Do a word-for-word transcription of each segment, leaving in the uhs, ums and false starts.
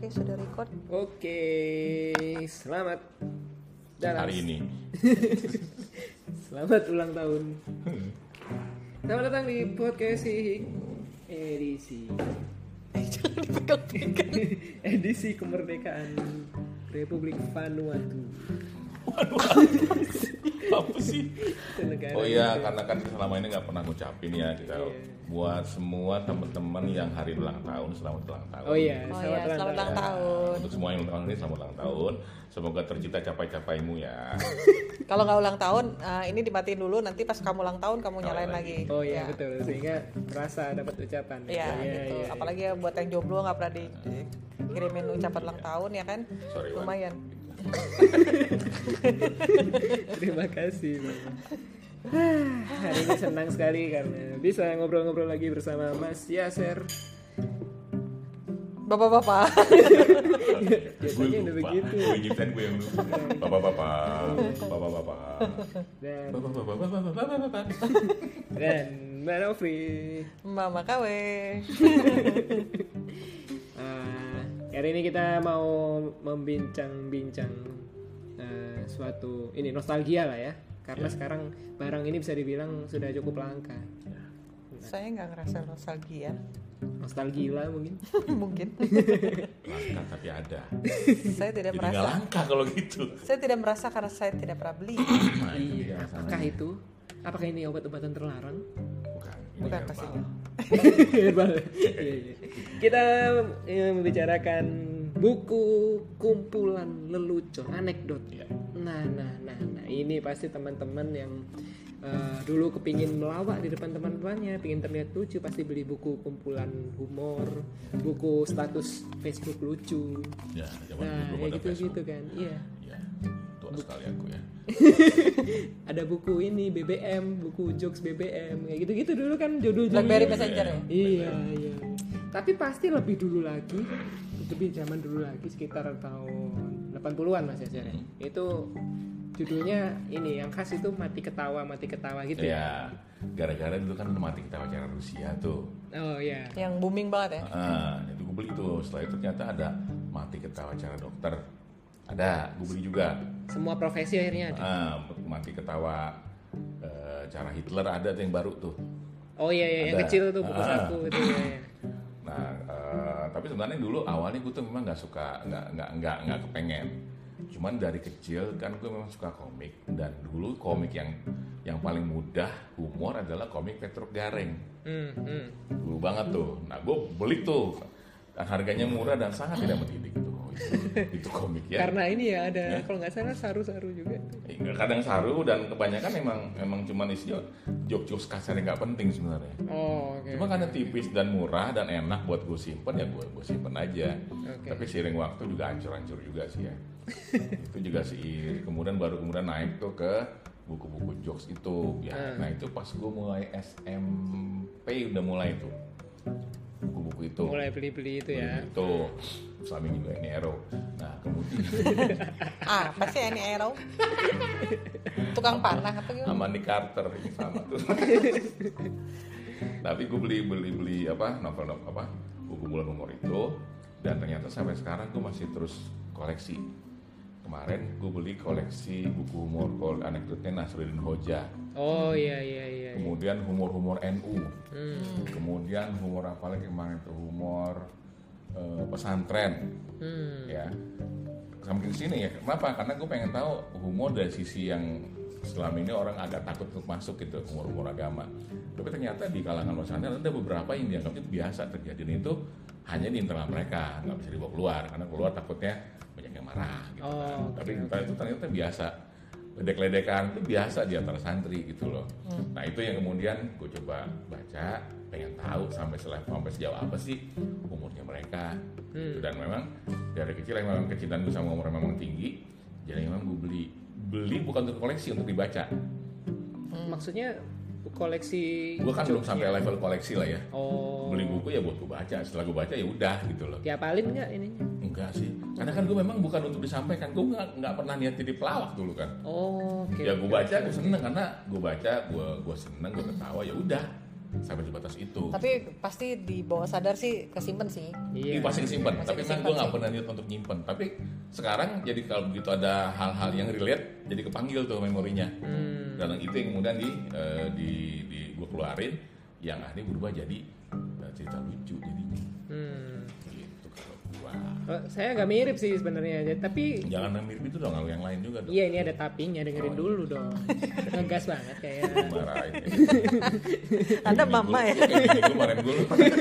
Oke, sudah record. Oke, selamat dalam hari ini. Selamat ulang tahun. Selamat datang di podcast edisi Jangan dipegang-pegang. edisi kemerdekaan Republik Vanuatu. Apa sih? Negara Oh iya, juga. karena kan selama ini nggak pernah ngucapin ya kita Iya. buat semua teman-teman yang hari ulang tahun, selamat ulang tahun. Oh iya, Oh selamat, iya, selamat ulang tahun. tahun. Untuk semua yang ulang tahun ini selamat ulang tahun. Semoga tercipta capai-capaimu ya. Kalau nggak ulang tahun, uh, ini dimatiin dulu. Nanti pas kamu ulang tahun, kamu nyalain Nyalain lagi. Oh iya Ya. betul, sehingga terasa dapat ucapan. Iya gitu. iya. Apalagi ya buat yang jomblo nggak pernah dikirimin ucapan ulang tahun ya kan? Sorry, Wan. Lumayan. Terima kasih. Hari ini senang sekali karena bisa ngobrol-ngobrol lagi bersama Mas Yaser. Bapak-bapak. Biasanya udah lupa. begitu. Gue nyiptain gue yang lupa. Bapak-bapak, bapak-bapak, Dan bapak-bapak, bapak-bapak. dan Mbak Novri. Mama K W. Ah, hari ini kita mau membincang-bincang ah, suatu ini nostalgia lah ya. Karena sekarang barang ini bisa dibilang sudah cukup langka. Saya nggak ngerasa nostalgia. Nostalgia mungkin. Mungkin. Langka tapi ada. Saya tidak Jadi nggak merasa. langka kalau gitu. Saya tidak merasa karena saya tidak pernah beli. Nah, itu dia Iya, masalahnya. apakah itu? Apakah ini obat-obatan terlarang? Bukan. ini Bukan herbal. pastinya. Herbal. Iya, iya. Kita eh, membicarakan buku kumpulan lelucon anekdot. Iya. Nah, nah, nah, nah, ini pasti teman-teman yang eh, dulu kepingin melawak di depan teman-temannya, pingin terlihat lucu, pasti beli buku kumpulan humor, buku status Facebook lucu. Ya, zaman Nah, dulu belum ya ada gitu Facebook. gitu kan. Iya. Ya, tua sekali aku ya. Ada buku ini B B M, buku jokes B B M, kayak gitu-gitu dulu kan judul-judul. BlackBerry Messenger ya? Iya, iya. Tapi pasti lebih dulu lagi, lebih zaman dulu lagi sekitar tahun delapan puluhan Mas Yaser. Hmm. Itu judulnya ini yang khas itu mati ketawa, mati ketawa gitu ya. Ya, gara-gara dulu kan mati kita acara Rusia tuh. Oh iya. Yang booming banget ya. Ah, itu gue beli tuh. Setelah itu ternyata ada mati ketawa cara dokter. Ada, gue beli juga. Semua profesi akhirnya ada. Ah, mati ketawa eh, cara Hitler ada tuh yang baru tuh. Oh iya iya yang Ada. kecil tuh buku Ah. saku itu ya. ya. Nah, eh, tapi sebenarnya dulu awalnya gue tuh memang nggak suka, nggak nggak nggak nggak kepengen. Cuman dari kecil kan gue memang suka komik dan dulu komik yang yang paling mudah humor adalah komik Petruk Gareng. Hmm, hmm. Dulu banget tuh. Nah, gue beli tuh. Dan harganya murah dan sangat tidak mendidik tuh. Itu, itu komik ya. Karena ini ya ada Ya. kalau nggak salah saru-saru juga. Eh, kadang saru dan kebanyakan memang memang cuman isinya jok-jok kasar yang nggak penting sebenarnya. Oh, oke. Cuma karena tipis dan murah dan enak buat gue simpen ya gue gue simpen aja. Oke. Tapi seiring waktu juga hancur-hancur juga sih ya. Itu juga sih. Kemudian baru kemudian naik tuh ke buku-buku jokes itu. Ya, Hmm. nah itu pas gue mulai S M P udah mulai tuh buku-buku itu. Mulai beli-beli itu ya. Itu Islami juga ini Arrow. Nah kemudian Ah, pasti ini Arrow. Tukang panah apa gimana? Amani Carter ini sama tuh. Tapi gue beli beli beli apa novel novel apa buku bulan humor itu dan ternyata sampai sekarang gue masih terus koleksi. Kemarin gue beli koleksi buku humor kol anekdotnya Nasruddin Hoja. Oh iya iya iya. iya. Kemudian humor-humor N U. Hmm. Kemudian humor apa lagi kemarin itu humor eh, pesantren. Hmm. Ya sampai ke sini ya kenapa karena gue pengen tahu humor dari sisi yang selama ini orang agak takut untuk masuk gitu humor-humor agama tapi ternyata di kalangan pesantren ada beberapa yang dianggap itu biasa terjadi dan itu hanya di internal mereka nggak bisa dibawa keluar karena keluar takutnya banyak yang marah gitu Oh, kan oke, tapi oke. itu ternyata biasa ledek-ledekan itu biasa di antara santri gitu loh nah itu yang kemudian gue coba baca pengen tahu sampai selevel sampai sejauh apa sih umurnya mereka gitu. Dan memang dari kecil yang memang kecintaan gue sama umur memang tinggi jadi memang gue beli beli bukan untuk koleksi untuk dibaca Maksudnya koleksi gue kan belum jokesnya? sampai level koleksi lah ya Oh. beli buku ya buat gue baca setelah gue baca ya udah gitu loh Diapalin nggak ininya? enggak sih karena kan gue memang bukan untuk disampaikan gue nggak nggak pernah niat jadi pelawak dulu kan Oh, oke. ya gue oke, baca oke. gue seneng karena gue baca gue gue seneng gue ketawa ya udah sampai di batas itu. Tapi pasti di bawah sadar sih kesimpan sih. Ini Iya. pasti kesimpan, Pasti tapi memang kesimpan gue nggak sih. pernah niat untuk nyimpen. Tapi sekarang jadi kalau begitu ada hal-hal yang relate, jadi kepanggil tuh memorinya. Hmm. Dan itu yang kemudian di eh, di, di gue keluarin, yang akhirnya berubah jadi eh, cerita lucu jadinya. Hmm. Gitu kalau gua. Oh, saya agak mirip sih sebenarnya, jadi- tapi Jangan yang mirip itu dong, kalau yang lain juga dong. iya ini ada tappingnya, dengerin dulu dong. Ngegas banget kayak. Marahin. Anda mama ya. Gue marahin gue.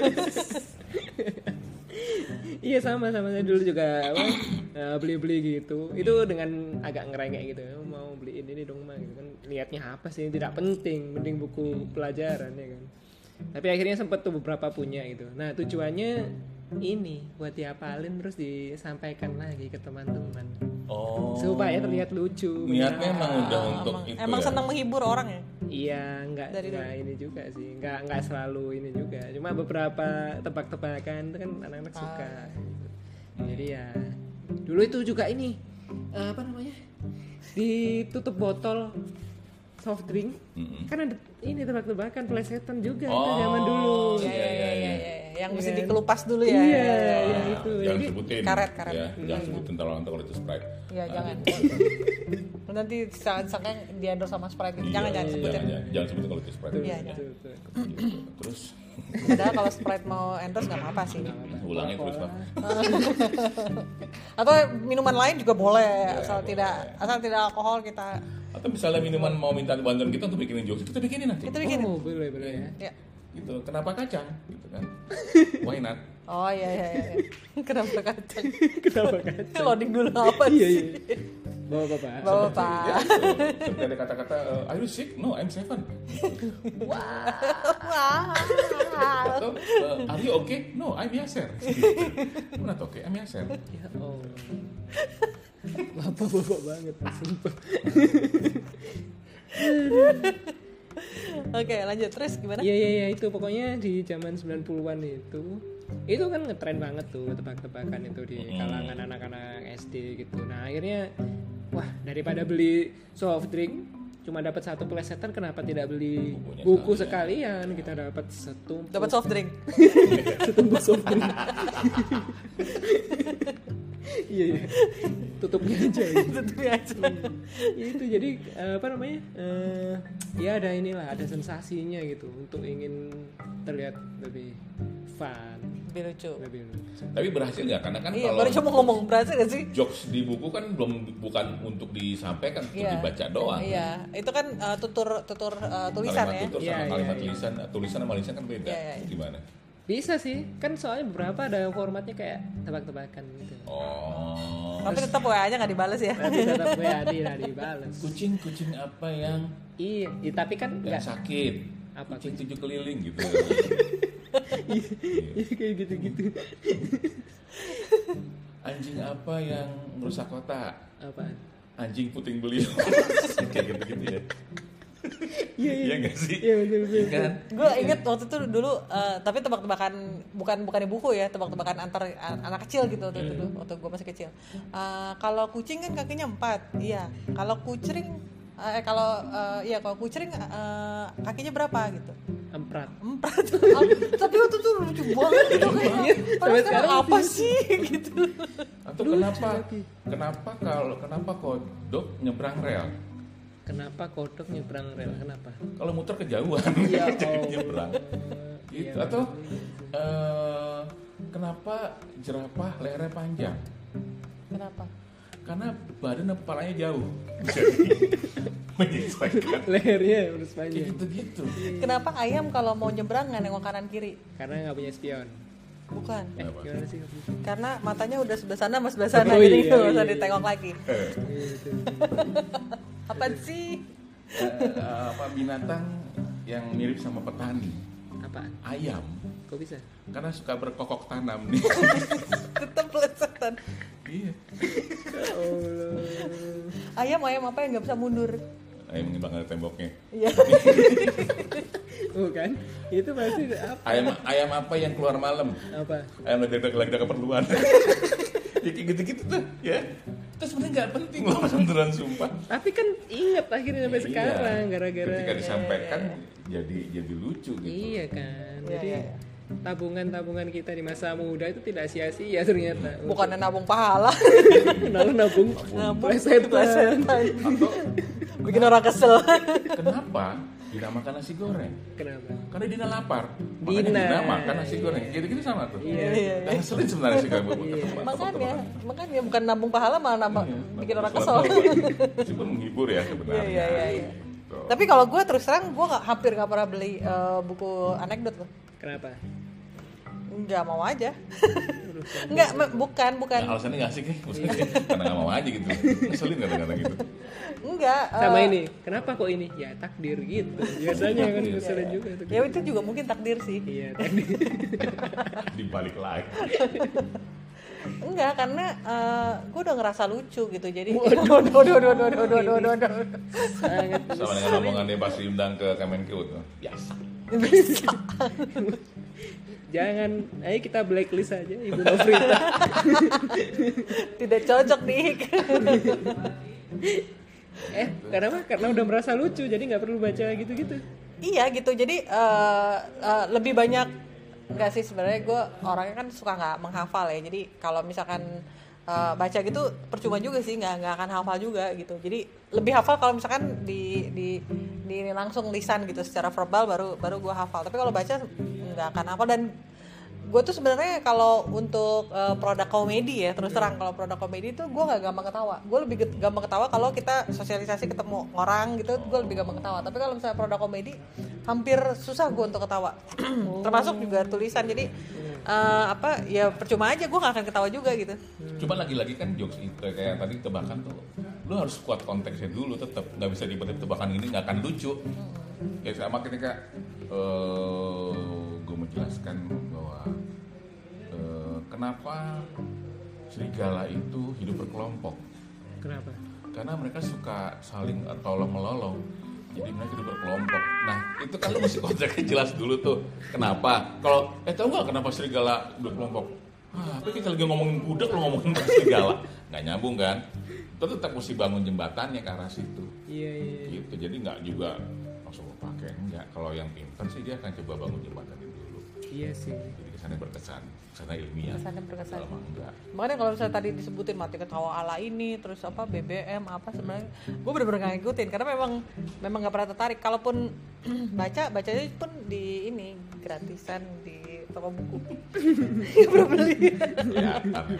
Iya sama sama saya dulu juga apa, eh, beli-beli gitu. Itu dengan agak ngerengek gitu. "Oh, mau beliin ini dong mah gitu kan. Niatnya apa sih? Tidak penting, mending buku pelajaran ya kan. Tapi akhirnya sempet tuh beberapa punya gitu. Nah, tujuannya ini buat diapalin terus disampaikan lagi ke teman-teman. Oh. Supaya terlihat lucu. Niatnya emang udah untuk Emang, itu emang ya? senang menghibur orang ya. Iya, enggak Dari enggak ini juga sih. Enggak enggak selalu ini juga. Cuma beberapa tebak-tebakan itu kan anak-anak suka. gitu. Jadi ya dulu itu juga ini eh, apa namanya? Ditutup botol soft drink. Mm-mm. Kan ada ini tebak-tebakan plesetan juga itu Oh, zaman dulu. Iya Iya, iya iya, iya iya. iya. Yang Iya mesti kan? dikelupas dulu ya. Iya, Iya, iya, iya. itu. Jangan Jadi sebutin. karet, karet. Ya, jangan sebutin kalau kalau itu Sprite. Iya, Nah, jangan. gitu. Nanti saat-saatnya di endorse sama Sprite gitu. Jangan Iya, jangan sebutin. Jangan, jangan, jangan sebutin kalau itu Sprite. Iya, Betul, jangan. betul. Gitu. Terus Padahal kalau Sprite mau endorse nggak apa-apa sih. ulangnya terus Pak. Atau minuman lain juga boleh asal boleh. tidak asal tidak alkohol kita Atau misalnya minuman mau minta bantuan kita untuk bikinin jokes, kita bikinin nanti. kita bikin. Oh, boleh boleh ya. Ya. Gitu. Kenapa kacang? Gitu kan. Why not? Oh iya iya iya. Kenapa kacang? Kenapa kacang? Loading dulu apa Iya, sih? iya. Bawa bapak. Bawa Ya, Pak. gitu. Seperti ada kata-kata, uh, are you sick? No, I'm seven. Wah. Atau, uh, are you okay? No, I'm Yaser. I'm not okay, I'm Yaser. Ya Allah. Bapak-bapak banget, sumpah. Oke, lanjut terus gimana? Iya iya iya itu pokoknya di zaman sembilan puluhan itu itu kan ngetren banget tuh tebak-tebakan itu di kalangan anak-anak S D gitu. Nah akhirnya wah daripada beli soft drink cuma dapat satu plesetan, kenapa tidak beli Bukunya buku sekalian. sekalian? Kita dapat setumpuk Dapat soft drink. setumpuk soft drink. Iya iya tutupnya aja gitu. Itu aja. Ya itu jadi eh, apa namanya eh, ya ada inilah ada sensasinya gitu untuk ingin terlihat lebih fun Lebih lucu. lebih lucu. Tapi berhasil nggak? Karena kan Iya, kalau baru cuma ngomong berhasil gak sih? jokes di buku kan belum bukan untuk disampaikan, untuk Iya. dibaca doang. Iya, itu kan uh, tutur tutur uh, tulisan Kalimat ya. tutur Iya, sama iya, kalimat iya. tulisan, tulisan sama lisan kan beda. Iya, iya, iya. Gimana? Bisa sih kan soalnya beberapa ada formatnya kayak tebak-tebakan gitu. Oh. Tapi tetap W A-nya nggak dibales ya. Tapi tetap ya tidak dibalas. Kucing kucing apa yang Iya, iya, tapi kan yang enggak sakit? Apa, Kucing tujuh keliling gitu. iya kayak gitu-gitu. Anjing apa yang merusak kota? Apaan? Anjing puting beliung. Kayak gitu-gitu ya. Iya iya. Iya nggak sih? Iya betul betul. Iya kan? Gue inget waktu itu dulu, uh, tapi tebak-tebakan bukan bukan di buku ya, tebak-tebakan antar an- anak kecil gitu waktu itu, waktu gue masih kecil. Uh, kalau kucing kan kakinya empat, iya. Kalau kucing, uh, eh kalau uh, iya kalau kucing uh, kakinya berapa gitu? Emprat. Empat. Tapi waktu itu lucu banget gitu kayaknya. Padahal Sampai sekarang sekarang apa sih gitu? Atau kenapa? Kenapa kalau kenapa kodok nyebrang rel? Kenapa kodok nyebrang rel? Kenapa? Kalau muter kejauhan. Ya Jadi Allah. nyebrang. Gitu. Iya, Atau eh, kenapa jerapah lehernya panjang? Kenapa? Karena badan dan kepalanya jauh. Jadi menyesuaikan. Lehernya harus Kayak panjang. gitu-gitu. Kenapa ayam kalau mau nyebrang nggak nengok kanan kiri? Karena nggak punya spion. Bukan. Eh, Kenapa? gimana sih? Karena matanya udah sebelah sana sama sebelah sana, Oh, jadi iya, nggak iya, usah iya. ditengok lagi. Eh, Iya, betul. Apa sih? eh, apa binatang yang mirip sama petani? Apaan? Ayam. Kok bisa? Karena suka berkokok tanam nih. Tetap pelesetan. Iya. Ya Allah. Ayam ayam apa yang nggak bisa mundur? Ayam ngembang ada temboknya. Iya. Bukan? Itu pasti apa? Ayam ayam apa yang keluar malam? Apa? Ayam lagi ada lagi ada keperluan. Ya kayak gitu-gitu tuh, ya. Itu sebenarnya nggak penting loh beneran sumpah. Tapi kan ingat akhirnya sampai Iya. sekarang gara-gara Ketika disampaikan jadi jadi lucu gitu. Iya kan. Iya, Jadi iya, iya. tabungan-tabungan kita di masa muda itu tidak sia-sia ternyata. Bukannya nabung pahala, Malah nabung nabung plesetan. plesetan. Atau Bikin orang kesel. kenapa dinamakan nasi goreng? Kenapa? Karena Dina lapar. Dina. Makanya Dina makan nasi goreng. Gitu-gitu sama tuh. Iya. Iya, Dan ngeselin sebenarnya sih kalau buat Iya. teman-teman. Makanya, makanya bukan nabung pahala malah nambah Iya, bikin orang nabung kesel. kesel. Cuma menghibur ya Iya, sebenarnya. iya, iya, iya. Gitu. Tapi kalau gue terus terang gue nggak hampir nggak pernah beli eh, buku anekdot loh. Kenapa? Nggak mau aja. Nggak, me- bukan, bukan. Nah, alasannya nggak asik ya, maksudnya karena nggak mau aja gitu. Ngeselin kadang-kadang gitu. Enggak. eh, Sama ini. Kenapa kok ini? Ya takdir gitu. Biasanya kan keselin juga itu. Ya itu juga mungkin takdir sih. Iya, takdir. Dibalik lagi. Enggak, karena eh, gue udah ngerasa lucu gitu. Jadi waduh, waduh, waduh, waduh, waduh, waduh, waduh, waduh. Sangat Sama dengan omongan dia pas diundang ke Kemenkeu tuh. Biasa. Jangan, ayo kita blacklist aja Ibu Nofrita. Tidak cocok nih. Eh, kenapa? Karena udah merasa lucu, jadi nggak perlu baca gitu-gitu. Iya gitu. Jadi eh, eh, lebih banyak enggak sih sebenarnya gue orangnya kan suka nggak menghafal ya. Jadi kalau misalkan eh, baca gitu percuma juga sih, nggak nggak akan hafal juga gitu. Jadi lebih hafal kalau misalkan di di di ini langsung lisan gitu secara verbal baru baru gue hafal. Tapi kalau baca nggak akan hafal. Dan gue tuh sebenarnya kalau untuk eh, produk komedi ya terus terang kalau produk komedi tuh gue nggak gampang ketawa. Gue lebih get- gampang ketawa kalau kita sosialisasi ketemu orang gitu, gue lebih gampang ketawa. Tapi kalau misalnya produk komedi hampir susah gue untuk ketawa. Termasuk juga tulisan. Jadi eh, apa ya percuma aja gue nggak akan ketawa juga gitu. Cuma lagi-lagi kan jokes itu kayak tadi tebakan tuh, lu harus kuat konteksnya dulu, tetap nggak bisa tiba-tiba tebakan ini nggak akan lucu. Ya sama ketika uh, gue menjelaskan bahwa uh, kenapa serigala itu hidup berkelompok. Kenapa? Karena mereka suka saling uh, tolong melolong. Jadi mereka hidup berkelompok. Nah itu kan lu mesti konteksnya jelas dulu tuh. Kenapa? Kalau eh tahu nggak kenapa serigala berkelompok? Ah, tapi kita lagi ngomongin budak, lu ngomongin serigala, nggak nyambung kan? Itu tetap mesti bangun jembatannya ke arah situ. Iya, iya. Gitu. Jadi nggak juga langsung pakai enggak. Kalau yang pintar sih dia akan coba bangun jembatan dulu. Iya sih. Jadi kesannya berkesan, kesannya ilmiah. Kesannya berkesan. Kalau mah enggak. Makanya kalau misalnya tadi disebutin mati ketawa ala ini, terus apa B B M apa sebenarnya, gue bener-bener nggak ngikutin karena memang memang nggak pernah tertarik. Kalaupun baca bacanya pun di ini gratisan di toko buku. Nggak pernah beli. Ya, tapi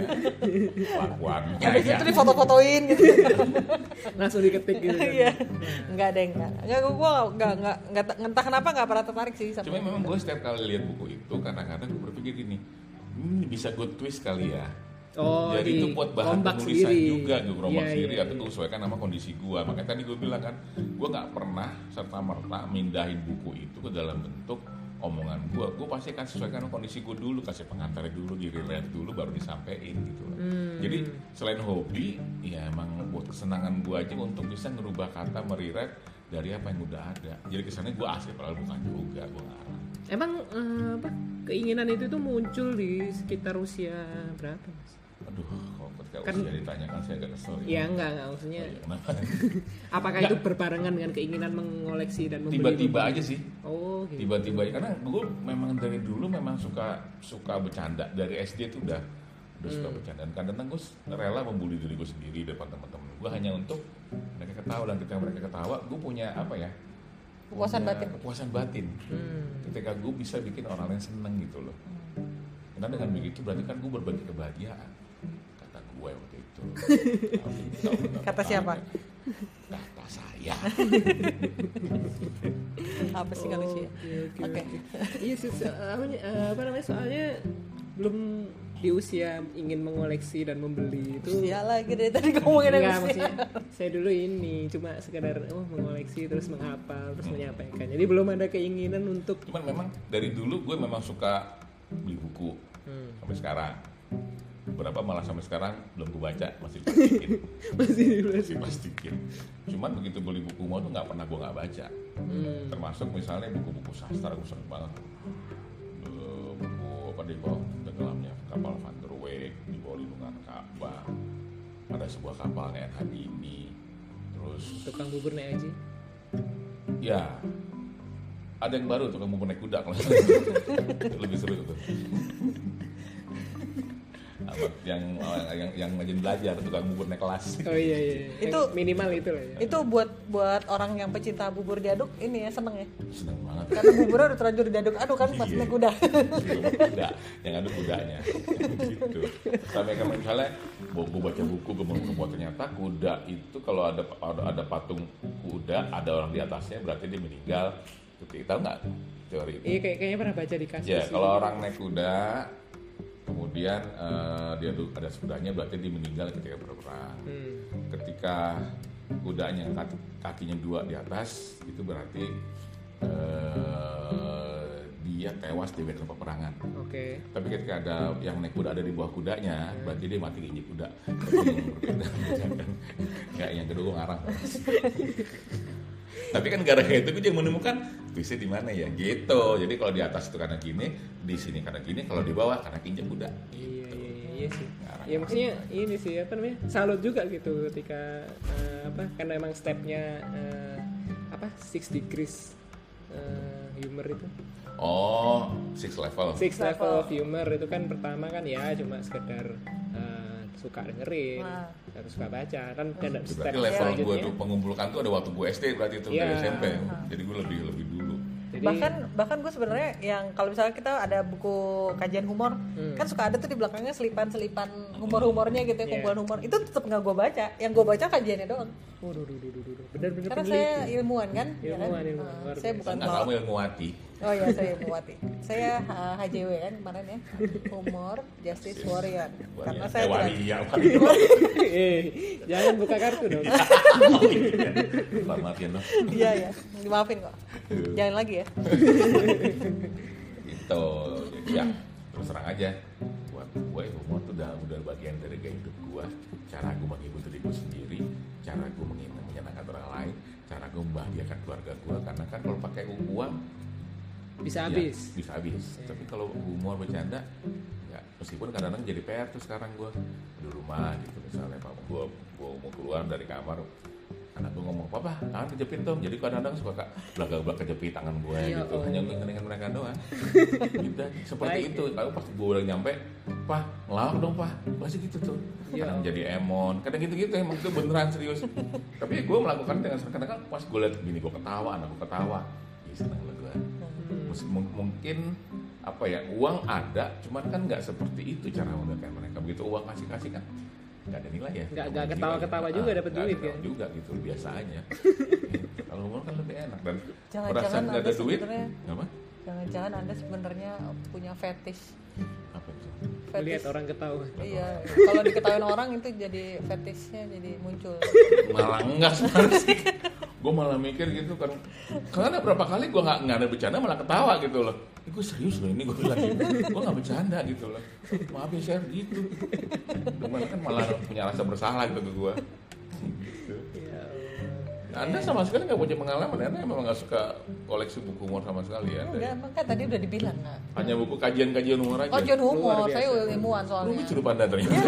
kelakuannya. Habis ya. itu difoto-fotoin gitu. Langsung diketik gitu kan. Iya, nggak ada enggak. Nggak, gue nggak nggak nggak entah kenapa nggak pernah tertarik sih sama. Cuma memang gue setiap kali lihat buku itu kadang-kadang gue berpikir gini, hmm, bisa gue twist kali ya. Oh, Jadi di itu buat bahan rombak penulisan sendiri. juga, gue rombak Iya, sendiri iya, atau gue sesuaikan sama kondisi gue. Makanya tadi gue bilang kan, gue nggak pernah serta merta mindahin buku itu ke dalam bentuk omongan gue. Gue pasti akan sesuaikan sama kondisi gue dulu, kasih pengantarnya dulu, di relate dulu, baru disampein gitu loh. Hmm. Jadi selain hobi, ya emang buat kesenangan gue aja untuk bisa ngerubah kata, meriret dari apa yang udah ada. Jadi kesannya gue asli, padahal bukan juga, gue ngarang. Emang eh, apa keinginan itu tuh muncul di sekitar usia berapa, Mas? Aduh, kalau ketika Kan- usia ditanyakan saya agak kesel Ya enggak, enggak maksudnya. Oh, iya, kenapa? Apakah itu berbarengan dengan keinginan mengoleksi dan membeli? Tiba-tiba buku? aja sih. Oh, gitu. Tiba-tiba aja. Karena gue memang dari dulu memang suka suka bercanda. Dari S D tuh udah udah suka Hmm. bercanda. Dan kadang-kadang gue rela membuli diri gue sendiri depan teman-teman gue hanya untuk mereka ketawa, dan ketika mereka ketawa gue punya apa ya, Kepuasan punya batin. kepuasan batin Hmm. ketika gue bisa bikin orang lain seneng gitu loh. Karena dengan begitu berarti kan gue berbagi kebahagiaan, kata gue waktu itu. Tapi tahu nggak Kata siapa? kata saya. Apa sih nggak lucu ya? Oke, oke, Oke. oke. Iya sih, so- apa, apa namanya, soalnya belum di usia ingin mengoleksi dan membeli itu. Usia lagi dari tadi ngomongin yang Enggak, usia. maksudnya saya dulu ini cuma sekedar oh mengoleksi terus menghafal terus menyampaikan. Jadi belum ada keinginan untuk Cuman memang dari dulu gue memang suka beli buku Hmm. sampai sekarang. Beberapa malah sampai sekarang belum gue baca, masih plastikin. masih dulu masih plastikin. Cuman begitu beli buku mau tuh nggak pernah gue nggak baca. Hmm. Termasuk misalnya buku-buku sastra gue seneng banget. Eh, buku apa di bawah tenggelamnya kapal Van der Weyck, di bawah lindungan Ka'bah. Ada sebuah kapalnya Hadini. Terus tukang bubur nih aja. ya ada yang baru tuh kamu naik kuda kalau lebih seru tuh. Apa yang yang yang ngajin belajar tukang bubur naik kelas. Oh iya iya. Itu Yang minimal itu lah ya. Itu buat buat orang yang pecinta bubur diaduk ini ya seneng ya. Seneng banget. Karena buburnya udah terlanjur diaduk-aduk kan pas Iya. naik kuda. Kuda, yang ada kudanya. Gitu. Sampai kan misalnya gue baca buku gue mau ternyata kuda itu kalau ada ada, ada patung kuda ada orang di atasnya berarti dia meninggal. Kita tahu nggak teori itu? Iya kayak kayaknya pernah baca di kasus. Ya sih. kalau orang naik kuda kemudian eh, dia du- ada kudanya berarti dia meninggal ketika berperang. Hmm. Ketika kudanya kaki, kakinya dua di atas itu berarti eh, dia tewas di medan peperangan. Oke. Tapi ketika ada yang naik kuda ada di bawah kudanya, berarti dia mati injek kuda. Itu yang berbeda, kan? Nggak yang kedua ngarang. Tapi kan gara-gara itu gue juga menemukan twistnya di mana ya, gitu. Jadi kalau di atas itu karena gini, di sini karena gini, kalau di bawah karena injek kuda. Iya iya iya sih. Ngarang. Ya maksudnya ini sih apa namanya? Salut juga gitu ketika eh, apa karena emang stepnya eh, apa six degrees eh, humor itu. Oh, six level. Six Level. level of humor itu kan pertama kan ya cuma sekedar eh, suka dengerin, Nah. harus suka baca kan ada step Berarti level gue selanjutnya. tuh pengumpulkan tuh ada waktu gue S D berarti itu Iya. dari S M P. Jadi gue lebih lebih dulu. Jadi, bahkan bahkan gue sebenarnya yang kalau misalnya kita ada buku kajian humor Hmm. kan suka ada tuh di belakangnya selipan-selipan humor-humornya gitu ya, Iya. kumpulan humor itu tetap nggak gue baca, yang gue baca kajiannya doang waduh, duh, duh, duh, duh, duh. benar-benar karena peneliti. saya ilmuwan kan ya kan? Ilmuwan, ilmuwan. Ah, Luar saya biasa. bukan Karena mau kamu yang nguati. oh ya saya ilmuwati saya uh, H J W kan kemarin ya humor justice warrior karena saya eh, wali, tidak ya, wali. eh jangan buka kartu dong. Pak maafin dong. iya ya dimaafin kok jangan lagi ya Gitu. Ya, terus terang aja. Buat gue humor tuh udah udah bagian dari gaya hidup gue. Cara gue menghibur diri gue sendiri, cara gue menyenang- menyenangkan orang lain, cara gue membahagiakan keluarga gue. Karena kan kalau pakai uang Bisa ya, habis. bisa habis. Tapi kalau humor bercanda, ya meskipun kadang-kadang jadi P R tuh sekarang gue di rumah gitu misalnya, pak gue gue mau keluar dari kamar, anak gue ngomong, papa tangan kejepit dong. Jadi kadang-kadang suka kak belakang-belakang kejepit tangan gue Ya gitu, Allah. hanya untuk ngenengin mereka doang. Gitu, seperti Baik. itu. Kalau pas gue udah nyampe, pak ngelawak dong pak, masih gitu tuh. Ya Kadang Allah. jadi emon, kadang gitu-gitu emang itu beneran serius. Tapi gue melakukan dengan kadang-kadang pas gue liat gini gue ketawa, anak gue ketawa, ya seneng lah gue. Mes- mung- mungkin apa ya uang ada cuman kan nggak seperti itu cara menggunakan mereka begitu uang kasih kasih kan nggak ada nilai ya Nggak- nggak ketawa-ketawa juga dapat nggak duit, ketawa kan? juga gitu biasa aja. Kalau humor kan lebih enak dan Jangan-jangan perasaan nggak ada Anda duit sebenarnya- apa jangan-jangan anda sebenarnya punya fetish apa itu Melihat orang ketawa. iya kalau diketahui orang itu jadi fetishnya jadi muncul malah enggak sebenarnya sih gue malah mikir gitu kan karena berapa kali gue nggak nggak ada bercanda malah ketawa gitu loh eh, gue serius loh ini gue bilang gitu gue nggak bercanda gitu loh maaf ya share gitu cuman kan malah punya rasa bersalah gitu ke gue gitu. Ya Allah. Nah, anda sama sekali nggak punya pengalaman anda memang nggak suka koleksi buku humor sama sekali ya anda enggak ya? emang kan tadi udah dibilang nggak Hanya buku kajian-kajian humor aja oh John Luar humor biasa. saya ilmuwan lu soalnya lucu anda ternyata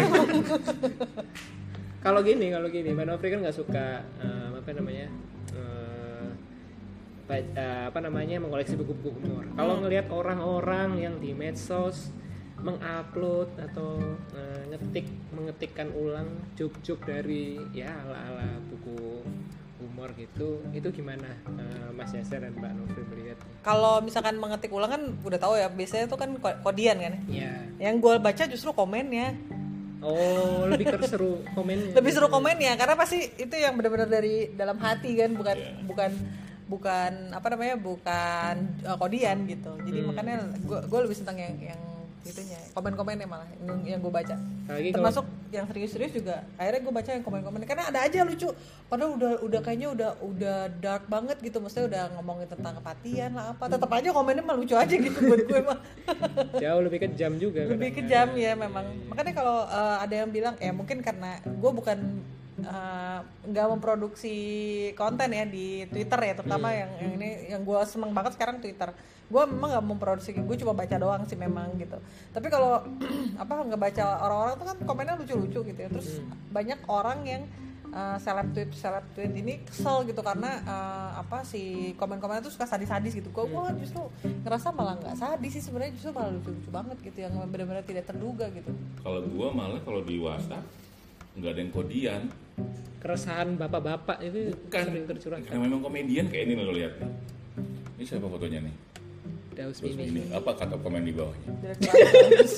Kalau gini, kalau gini, Manofri kan nggak suka eh, apa namanya, eh, ba- eh, apa namanya mengoleksi buku-buku humor. Kalau ngelihat orang-orang yang di medsos mengupload atau eh, ngetik mengetikkan ulang joke-joke dari ya ala-ala buku humor gitu, itu gimana eh, Mas Yaser dan Mbak Nofri melihat? kalau misalkan mengetik ulang kan udah tahu ya biasanya itu kan ko- kodian kan Ya, yang gue baca justru komennya oh lebih terseru komennya. lebih seru komennya karena pasti itu yang benar-benar dari dalam hati kan bukan Iya. bukan bukan apa namanya bukan uh, kodian gitu jadi Hmm. makanya gue gue lebih senang yang yang itunya komen-komennya malah yang, yang gue baca Apalagi kalau- termasuk yang serius-serius juga akhirnya gue baca yang komen-komen karena ada aja lucu padahal udah udah kayaknya udah udah dark banget gitu maksudnya udah ngomongin tentang kepatian lah apa tetap aja komennya mah lucu aja gitu buat gue mah jauh lebih kejam juga. lebih kadang-kadang. kejam ya memang makanya kalau uh, ada yang bilang ya mungkin karena gue bukan uh, nggak memproduksi konten ya di Twitter ya terutama yang yang ini yang gue seneng banget sekarang Twitter gue memang nggak memproduksi gue cuma baca doang sih memang gitu tapi kalau apa nggak baca orang-orang tuh kan komennya lucu-lucu gitu ya terus banyak orang yang uh, seleb tweet seleb tweet ini kesel gitu karena uh, apa si komen-komennya tuh suka sadis-sadis gitu. Gue gue justru ngerasa malah nggak sadis sih sebenarnya, justru malah lucu-lucu banget gitu yang benar-benar tidak terduga gitu. Kalau gue malah kalau di WhatsApp nggak ada yang kodian. Keresahan bapak-bapak itu Kan sering tercurahkan. karena memang komedian kayak ini lo lihat. Ini siapa fotonya nih? Daus Terus Mimi. ini apa kata komen di bawahnya? Direktur Ancol.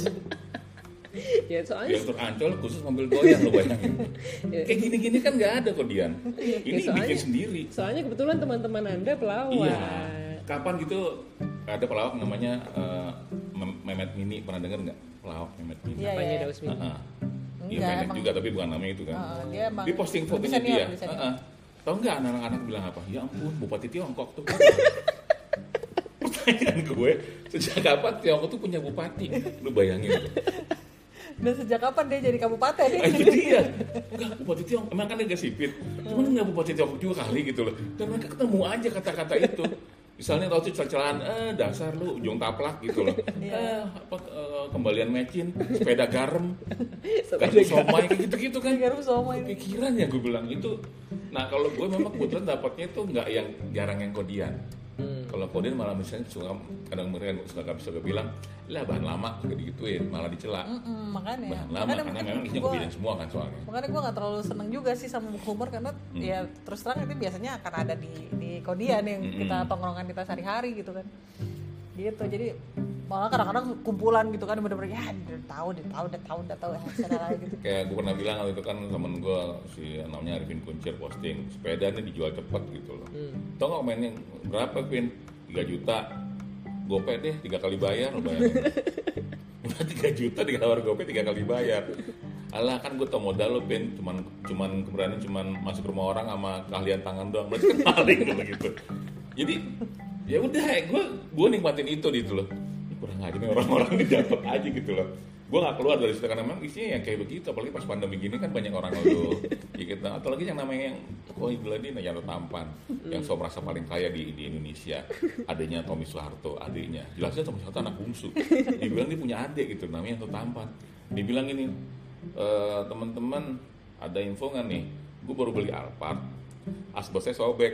Ya soalnya Direktur Ancol khusus mobil goyang lo bayangin. Ya. Kayak gini-gini kan nggak ada kodian. Ini Ya, soalnya- bikin sendiri. soalnya kebetulan teman-teman Anda pelawak. Iya. Kapan gitu ada pelawak namanya eh, Mem- Memet Mini, pernah dengar nggak? Pelawak Memet Mini. Iya, Apanya iya. Daus Mimi? Heeh. Iya Enggak, pendek emang- juga tapi bukan namanya itu kan. Uh, dia emang Dia posting lebih fotonya senior, dia. lebih senior. Heeh. Tahu nggak anak-anak bilang apa? Ya ampun, Bupati Tiongkok tuh. Pertanyaan gue, sejak kapan Tiongkok tuh punya bupati? Lu bayangin tuh. Dan sejak kapan dia jadi kabupaten? Nah, itu dia. Enggak, Bupati Tiongkok. Emang kan dia sipit. Cuman enggak Bupati Tiongkok juga kali gitu loh. Dan mereka ketemu aja kata-kata itu. Misalnya tau tuh celah-celahan, eh dasar lu ujung taplak gitu loh. Eh apa eh, kembalian mecin, sepeda garam, garam somai kayak gitu-gitu kan. Garam somai. Pikiran ya gue bilang itu. Nah kalau gue memang kebetulan dapatnya itu nggak yang jarang yang kodian. Hmm. Kalau kodian malah misalnya suka kadang mereka suka suka bilang, lah bahan lama suka digituin, malah dicela. Mm-mm, makanya. Bahan lama Makanya karena mungkin memang isinya gua- kodian semua kan soalnya. Makanya gue nggak terlalu seneng juga sih sama buku humor karena Hmm. ya terus terang itu biasanya akan ada di di kodian yang Hmm. kita tongkrongan kita sehari-hari gitu kan. Gitu jadi malah kadang-kadang kumpulan gitu kan bener-bener ya dia tahu dia tahu dia tahu dia tahu ya sana gitu. Kayak gue pernah bilang waktu itu kan temen gue si namanya Arifin Kuncir posting sepeda ini dijual cepet gitu loh. Hmm. Tau nggak mainnya berapa Vin? tiga juta. Gopay deh tiga kali bayar lo bayar. Udah tiga juta ditawar Gopay tiga kali bayar. Alah kan gue tau modal lo Vin, cuman cuman keberanian cuman masuk rumah orang sama keahlian tangan doang. Berarti kan maling gitu gitu. Jadi ya udah gue gue nikmatin itu gitu loh. Ini kurang aja nih orang-orang ini dapat aja gitu loh. Gue nggak keluar dari situ karena memang isinya yang kayak begitu, apalagi pas pandemi gini kan banyak orang lalu ya gitu. Atau lagi yang namanya yang oh Gladina yang tampan, yang so merasa paling kaya di, di Indonesia, adiknya Tommy Soeharto, adiknya jelasnya Tommy Soeharto anak bungsu, dibilang dia punya adik gitu, namanya yang tampan, dibilang ini e, teman-teman ada info nggak nih, gue baru beli Alphard, asbesnya sobek,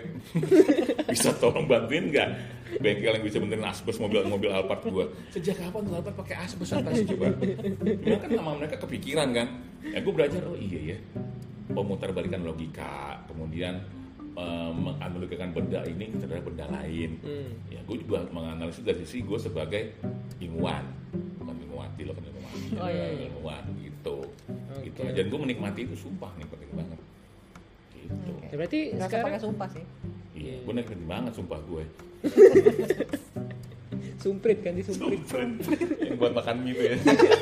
bisa tolong bantuin nggak? Bengkel yang bisa benerin asbes mobil mobil Alphard gua. Sejak kapan tuh Alphard pakai asbes atas coba? Cuma kan sama mereka kepikiran kan. Ya gue belajar oh iya ya. Pemutar balikan logika, kemudian um, menganalogkan benda ini terhadap benda lain. Hmm. Ya gue juga menganalisis dari sisi gue sebagai ilmuwan, bukan ilmuwati loh kan ilmuwan. Oh, iya, iya. Ilmuwan gitu. Oke. Gitu. Dan gue menikmati itu sumpah nikmatin banget. Gitu. Ya, berarti Nggak usah sekarang pakai sumpah sih. Iya, gue nikmatin banget sumpah gue. sumprit kan disumprit. Yang buat makan mie itu ya.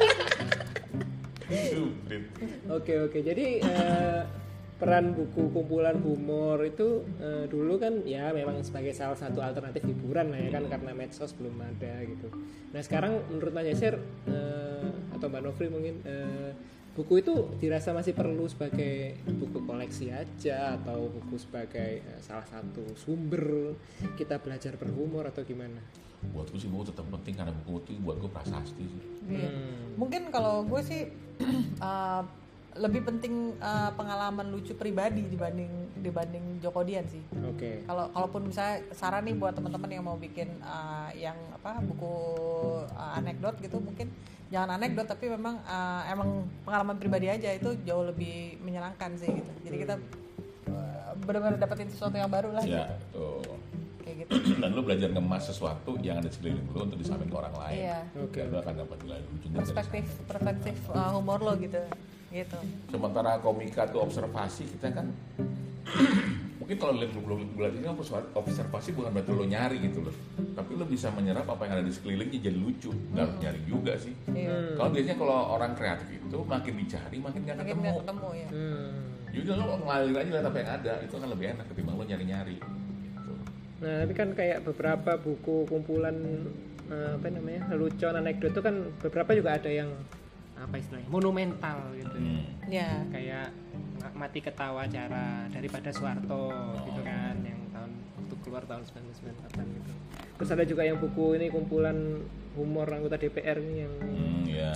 Sumprit. Oke oke. Jadi eh, peran buku kumpulan humor itu eh, dulu kan ya memang sebagai salah satu alternatif hiburan lah ya kan karena medsos belum ada gitu. Nah sekarang menurut Mas Yasir eh, atau Mbak Novri mungkin eh, buku itu dirasa masih perlu sebagai buku koleksi aja atau buku sebagai eh, salah satu sumber kita belajar berhumor atau gimana? Buat gue sih buku tetap penting karena buku itu buat gue prasasti sih. Iya. Hmm. Mungkin kalau gue sih uh, lebih penting uh, pengalaman lucu pribadi dibanding dibanding Jokodian sih. Oke. Kalau kalaupun misalnya saran nih buat teman-teman yang mau bikin uh, yang apa buku uh, anekdot gitu mungkin jangan anekdot tapi memang uh, emang pengalaman pribadi aja itu jauh lebih menyenangkan sih gitu. Jadi kita uh, benar-benar dapetin sesuatu yang baru lah Ya, gitu. tuh. Kayak gitu. Dan lu belajar ngemas sesuatu yang ada di sekeliling lu untuk disampaikan ke orang lain. Iya. Oke. Dan lu akan dapat nilai lucu dari Perspektif sana. perspektif uh, humor lo gitu. Gitu. Sementara komika tuh observasi kita kan mungkin kalau lihat belum belajar kan observasi bukan berarti lo nyari gitu loh, tapi lo bisa menyerap apa yang ada di sekelilingnya jadi lucu, nggak harus nyari juga sih. Iya. Hmm. Kalau biasanya kalau orang kreatif itu makin dicari makin nggak Makin ketemu. nggak ketemu ya. Hmm. Jadi lo ngalir aja lihat apa yang ada, itu akan lebih enak ketimbang lo nyari-nyari. Gitu. Nah, tapi kan kayak beberapa buku kumpulan eh, apa namanya lelucon anekdot itu kan beberapa juga ada yang apa istilahnya monumental gitu. Hmm. Ya. Kayak Mati Ketawa Cara daripada Soeharto gitu kan yang tahun waktu keluar tahun sembilan belas sembilan puluh delapan gitu. Terus ada juga yang buku ini kumpulan humor anggota D P R nih yang Hmm, ya. Ya. eh,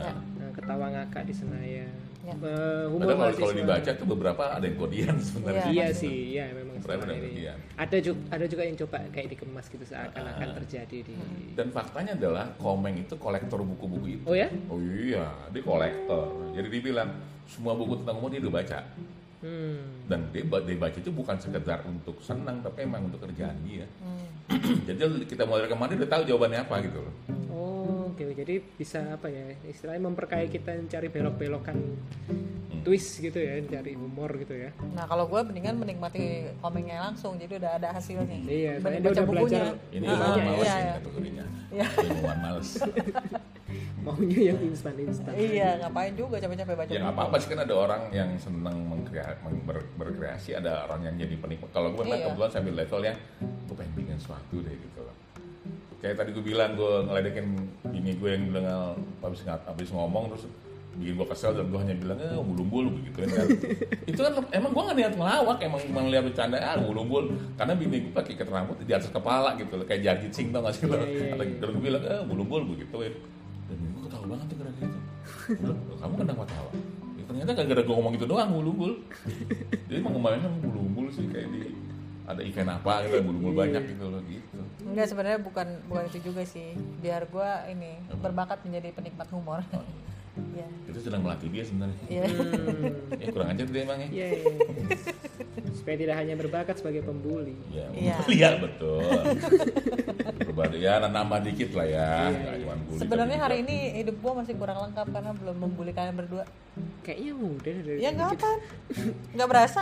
ketawa ngakak di Senayan. Ya. Uh, humor Padahal kalau, kalau mahasiswa. dibaca tuh beberapa ada yang kodian sebenarnya. Iya. Iya sih, iya memang Beberapa setelah ada yang ini. kodian. Ada juga ada juga yang coba kayak dikemas gitu seakan-akan Ah. terjadi di. Dan faktanya adalah Komeng itu kolektor buku-buku itu. Oh ya? Oh iya, dia kolektor. Jadi dia bilang semua buku tentang humor dia udah baca. Hmm. Dan dia, ba- dia baca itu bukan sekedar untuk senang, tapi emang untuk kerjaan dia. Hmm. Jadi kita mulai rekaman dia udah tahu jawabannya apa gitu loh. Oh, oke. Jadi bisa apa ya? Istilahnya memperkaya kita cari belok-belokan Hmm. twist gitu ya, cari humor gitu ya. Nah kalau gue mendingan menikmati komengnya langsung, jadi udah ada hasilnya. Iya, soalnya Banding dia baca udah bukunya. belajar. Ini Ah, ilmuwan iya, males iya, ini iya. kategorinya. Iya. Ilmuwan males. Maunya yang instan-instan. Iya, ngapain juga capek-capek baca Ya nggak buku. apa-apa sih, kan ada orang yang senang mengkrea- meng- ber- berkreasi, ada orang yang jadi penikmat. Kalau gue memang Iya. kebetulan sambil level yang gue pengen bikin sesuatu deh gitu loh. Kayak tadi gue bilang, gue ngeledekin bini gue yang bilang habis, habis ngomong terus bikin gue kesel, dan gue hanya bilang eh umbul-umbul begitu kan. Itu kan emang gue nggak niat ngelawak, emang emang lihat bercanda ah umbul-umbul, karena bini gue pakai ikat rambut di atas kepala gitu loh, kayak Jarjit Singh tau gak sih lo? Iya, iya, iya. Dan gue bilang eh umbul-umbul begitu ya. Dan gue ketawa banget tuh gara-gara itu. Udah, kamu kenapa tawa? Ya, ternyata gara-gara gue ngomong gitu doang umbul-umbul. Jadi emang kemarin emang umbul-umbul sih, kayak di ada event apa gitu, umbul-umbul banyak gitu loh gitu. Enggak, sebenarnya bukan bukan itu juga sih. Biar gue ini berbakat menjadi penikmat humor. Iya. Itu sedang melatih dia sebenarnya. Iya. Hmm. Ya kurang aja dia emang ya. Iya, iya. Supaya tidak hanya berbakat sebagai pembuli. Ya, Iya. iya betul. Berbeda ya, nambah dikit lah ya. Nggak cuma bully, Sebenarnya tapi hari juga- ini hidup gue masih kurang lengkap karena belum membuli kalian berdua. Kayaknya mudah dari Ya nggak dikit. kan? Nggak berasa.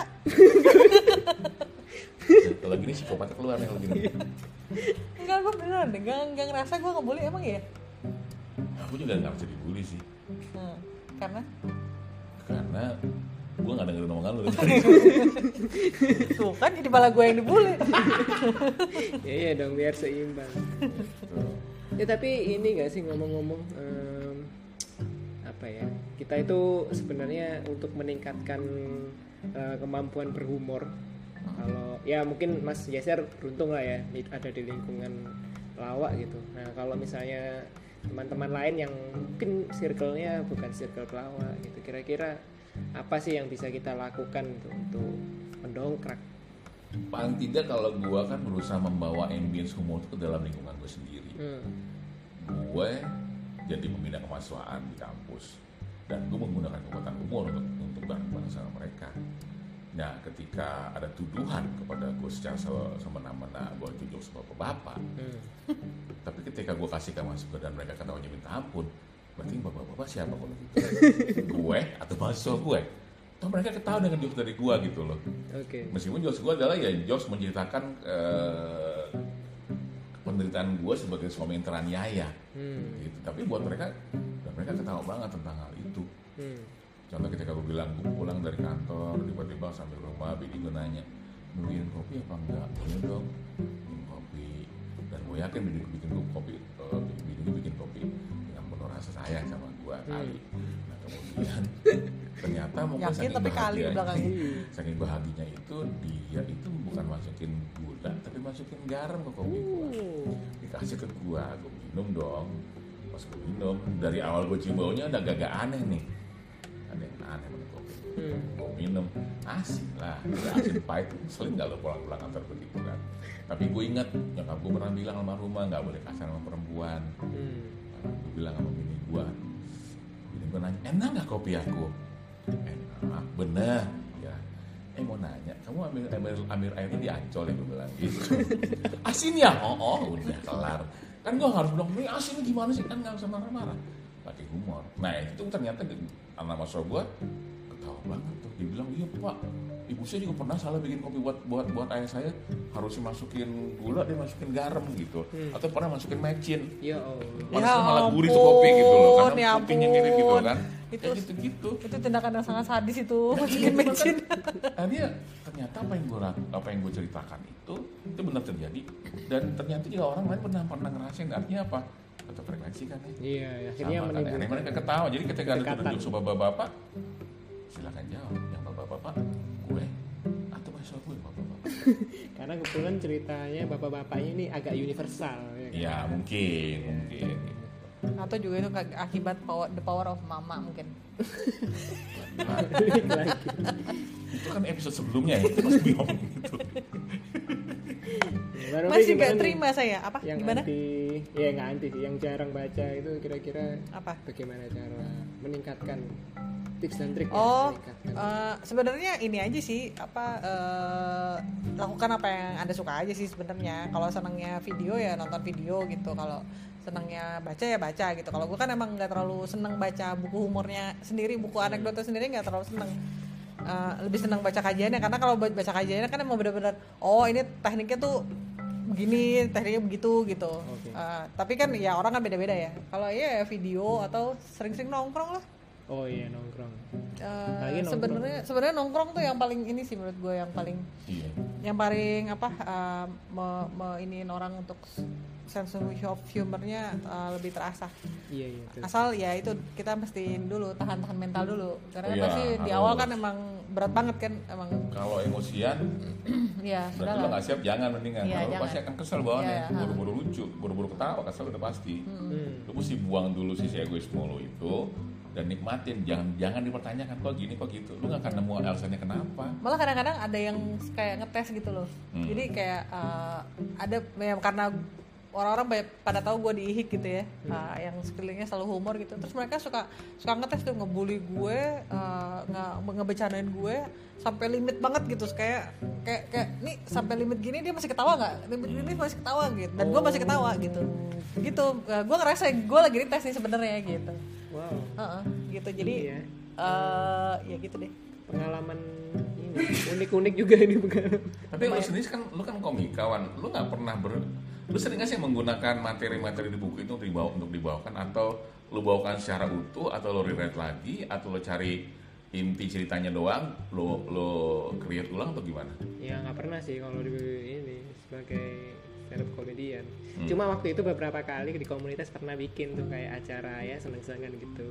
kalau gini psikopatnya keluar nih kalau gini. Enggak, gue beneran deh. Nggak, nggak ngerasa gue ngebully emang ya? Aku juga nggak bisa dibully sih, Hmm. Karena karena gue nggak dengerin omongan lu dari tadi. tuh kan jadi malah gue yang dibully. Ya, iya dong biar seimbang. Ya tapi ini gak sih ngomong-ngomong em, apa ya, kita itu sebenarnya untuk meningkatkan eh, kemampuan berhumor. Kalau ya mungkin Mas Jaser beruntung lah ya ada di lingkungan lawak gitu. Nah kalau misalnya teman-teman lain yang mungkin circle-nya bukan circle pelawak gitu, kira-kira apa sih yang bisa kita lakukan untuk, untuk mendongkrak? Paling tidak kalau gue kan berusaha membawa ambience humor itu ke dalam lingkungan gue sendiri. Hmm. Gue jadi pembina kemahasiswaan di kampus, dan gue menggunakan kekuatan humor untuk untuk bareng-bareng sama mereka. Nah, ketika ada tuduhan kepada gue secara se- semena-mena gue tunjuk sebagai bapak, Hmm. tapi ketika gue kasih masukan dan mereka ketawanya minta ampun, berarti bapak-bapak siapa kalau gitu? Gue atau mahasiswa gue? Toh mereka ketawa dengan jokes dari gue gitu loh. Oke. Meskipun jokes gue adalah ya jokes menceritakan eh, penderitaan gue sebagai suami yang teraniaya, Hmm. gitu. Tapi buat mereka, dan mereka ketawa banget tentang hal itu. Hmm. Contoh ketika gue bilang gue pulang dari kantor, tiba-tiba sampai rumah, bini gue nanya, mau bikin kopi apa enggak? Boleh dong, bikin kopi. Dan gue yakin bini gue bikin kopi, uh, bini gue bikin kopi dengan penuh rasa sayang sama gue kali. Nah kemudian ternyata mungkin Yakin saking tapi kali bahagianya- belakangnya. saking bahagianya itu dia itu bukan masukin gula, tapi masukin garam ke kopi gue. Oh. Dikasih ke gue, gue minum dong. Pas gue minum, dari awal gue cium baunya udah agak aneh nih. Ada yang aneh banget kopi. Hmm. Gue minum, asin lah, udah asin pahit. Sering gak lo pulang-pulang kantor begitu kan. Tapi gue ingat, nyokap gue pernah bilang almarhumah gak boleh kasar sama perempuan. Hmm. Gue bilang sama bini gue, bini gue nanya, enak gak kopi aku? Enak, bener. Ya. Eh mau nanya, kamu ambil, ambil, ambil airnya di Ancol ya, gue bilang gitu. Asin ya? Oh, oh udah kelar. Kan gue harus bilang, ini asin gimana sih? Kan gak bisa marah-marah. Pakai humor. Nah itu ternyata anak mahasiswa gue ketawa banget tuh. Dia bilang, iya pak, ibu saya juga pernah salah bikin kopi buat buat buat ayah saya, harusnya masukin gula, dia masukin garam gitu, Hmm. atau pernah masukin mecin. Ya Allah. Harusnya Ya malah gurih tuh kopi gitu loh, ampun, karena ya kopinya mirip gitu ampun. kan. Itu- Kayak gitu-gitu. Itu tindakan yang sangat sadis itu. Nah, Masukin iya, bensin. kan. Nah, dia ternyata apa yang gue apa yang gue ceritakan itu itu benar terjadi, dan ternyata juga orang lain pernah pernah ngerasain. Artinya apa? Satu frekuensi kan ya. Iya, akhirnya Sama kan, akhirnya menimbulkan mereka ketawa. Jadi ketika ada kedekatan. tunjuk sama bapak-bapak, silakan jawab. Yang bapak-bapak, gue atau mahasiswa gue bapak-bapak. Karena kebetulan ceritanya bapak-bapaknya ini agak universal. Ya, kan? Ya mungkin, mungkin. Atau atau juga itu akibat power, the power of mama mungkin. Balik lagi. Itu kan episode sebelumnya ya, itu masih ngomong gitu. Mbak Novi Masih gimana nggak nih? terima saya apa? Yang Gimana? anti, ya nggak anti sih, yang jarang baca itu kira-kira Apa? bagaimana cara meningkatkan tips dan trik Oh, ya, meningkatkan. eh, sebenarnya ini aja sih apa eh, lakukan apa yang Anda suka aja sih sebenarnya. Kalau senangnya video ya nonton video gitu. Kalau senangnya baca ya baca gitu. Kalau gue kan emang nggak terlalu seneng baca buku humornya sendiri, buku anekdotnya sendiri nggak terlalu seneng. Eh, lebih senang baca kajiannya karena kalau baca kajiannya kan emang benar-benar oh ini tekniknya tuh begini, tekniknya begitu gitu. Oke. Eh, tapi kan ya orang kan beda-beda ya. Kalau ya video atau sering-sering nongkrong lah. Oh iya nongkrong. Eh, Lagi nongkrong. sebenarnya sebenarnya nongkrong tuh yang paling ini sih menurut gue yang paling Iya. yang paling apa uh, me, me- iniin orang untuk sense of humornya uh, lebih terasa. Iya iya. betul. Asal ya itu kita mesti dulu tahan-tahan mental dulu karena Oh kan iya, pasti di harus. awal kan emang berat banget kan emang Kalau emosian, ya berarti sudah lo lah. nggak siap, jangan mendingan. Iya, Kalau jangan. pasti akan kesel bawaannya, Iya, iya. buru-buru lucu, buru-buru ketawa, kesel udah pasti. Hmm. Lu mesti buang dulu sisi egoisme lo itu dan nikmatin, jangan jangan dipertanyakan kok gini kok gitu. Lu nggak akan nemu alasannya kenapa. Malah kadang-kadang ada yang kayak ngetes gitu loh. Hmm. Jadi kayak uh, ada ya, karena orang-orang banyak pada tahu gue di I H I K gitu ya, uh, yang sekelilingnya selalu humor gitu. Terus mereka suka suka ngetes tuh ngebully gue, uh, nge ngebecanain gue sampai limit banget gitu. Kayak kayak kayak nih sampai limit gini dia masih ketawa nggak? Limit gini masih ketawa gitu. Dan gue masih ketawa gitu. Gitu. Uh, gue ngerasa gue lagi dites nih sebenarnya gitu. Wow. Uh-uh, gitu. Jadi Iya. uh, ya gitu deh. Pengalaman ini unik-unik juga ini pengalaman. Tapi lu sendiri kan lu kan komikawan, lu nggak pernah ber lu sering nggak sih menggunakan materi-materi di buku itu untuk dibawa untuk dibawakan atau lu bawakan secara utuh atau lu rewrite lagi atau lu cari inti ceritanya doang lu lu create ulang atau gimana? Ya nggak pernah sih kalau di ini sebagai stand up comedian. Hmm. Cuma waktu itu beberapa kali di komunitas pernah bikin tuh kayak acara ya seneng-senengan gitu.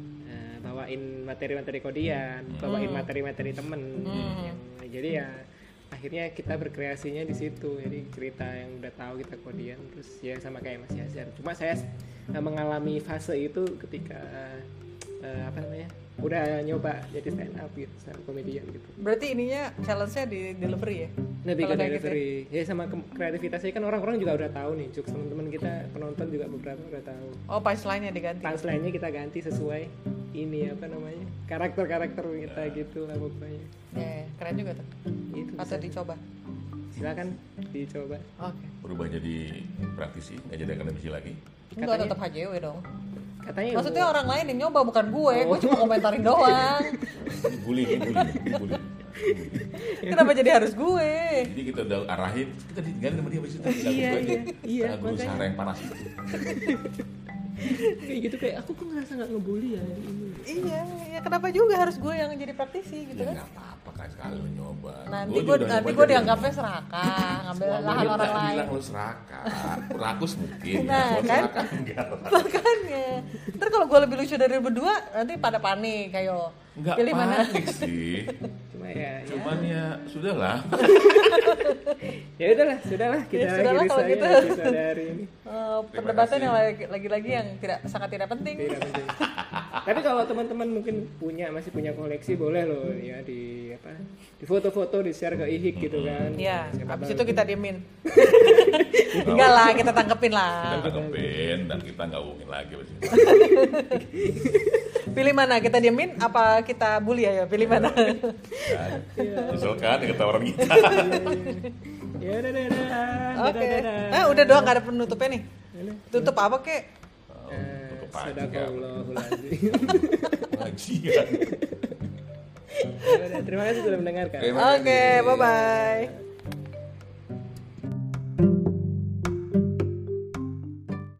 Eh, bawain materi-materi kodian, bawain materi-materi temen. Yang, jadi ya akhirnya kita berkreasinya di situ. Jadi cerita yang udah tahu kita kodian terus ya sama kayak Mas Yazar. Cuma saya eh, mengalami fase itu ketika eh, apa namanya? Udah nyoba jadi stand up gitu, stand up comedian gitu. Berarti ininya challenge-nya di delivery ya? Lebih ke Kalau kayak gitu ya? delivery. Ya sama ke- kreativitasnya kan orang-orang juga udah tahu nih. Jokes teman-teman kita penonton juga beberapa udah tahu. Oh, punchline-nya diganti. Punchline-nya kita ganti sesuai ini apa namanya? Karakter-karakter kita gitu lah pokoknya. Ya, ya, keren juga tuh. Itu Atau bisa. dicoba. Silakan dicoba. Oke. Berubah jadi praktisi, nggak jadi akademisi lagi. Enggak, Katanya- tetap H J W dong. Katanya Maksudnya mau- orang lain yang nyoba bukan gue, Oh. gue cuma komentarin doang. Ini bully, ini bully, ini bully. Kenapa jadi harus gue? Jadi kita udah arahin, kita ditinggalin sama dia begitu. Tinggal Iya, gitu aja. iya, iya, Karena guru makanya. Sara yang panas itu. kayak gitu kayak aku kok ngerasa nggak ngebully ya ini. Iya, ya kenapa juga harus gue yang jadi praktisi gitu Ya kan? nggak apa-apa kan sekali lo nyoba. Nanti Gua gue juga udah nanti nyoba gue jadi- dianggapnya serakah, ngambil Suami lahan lu orang nggak lain. bilang lu serakah, rakus mungkin. Nah, Kalau kan? serakah enggak. Makanya, ntar kalau gue lebih lucu dari lu berdua, nanti pada panik, kayak Enggak pilih mana? panik sih. Cuma ya, ya. Cuman ya sudahlah. ya udahlah, sudahlah kita Ya sudahlah akhiri kalau saja gitu. episode hari ini. Eh, perdebatan kasih. yang lagi- lagi-lagi yang tidak sangat tidak penting. Tidak penting. Tapi kalau teman-teman mungkin punya masih punya koleksi boleh loh ya di apa di foto-foto di share ke I H I K gitu kan. Iya, Siapa habis tahu itu kita diemin. Enggak lah, kita tangkepin Kita lah. tangkepin dan kita nggak hubungin lagi abis itu. Pilih mana? Kita diemin apa kita bully ya? Pilih mana? Kan? Misalkan kata orang kita. Ya udah dadah. Oke. Dadah, dadah. Eh, udah doang, nggak ada penutupnya nih. Tutup apa kek? Oh, Eh, tutup aja. Sadaqallahul azim. Ngajian. Ya udah, terima kasih sudah mendengarkan. Terima Oke, kasih. bye bye.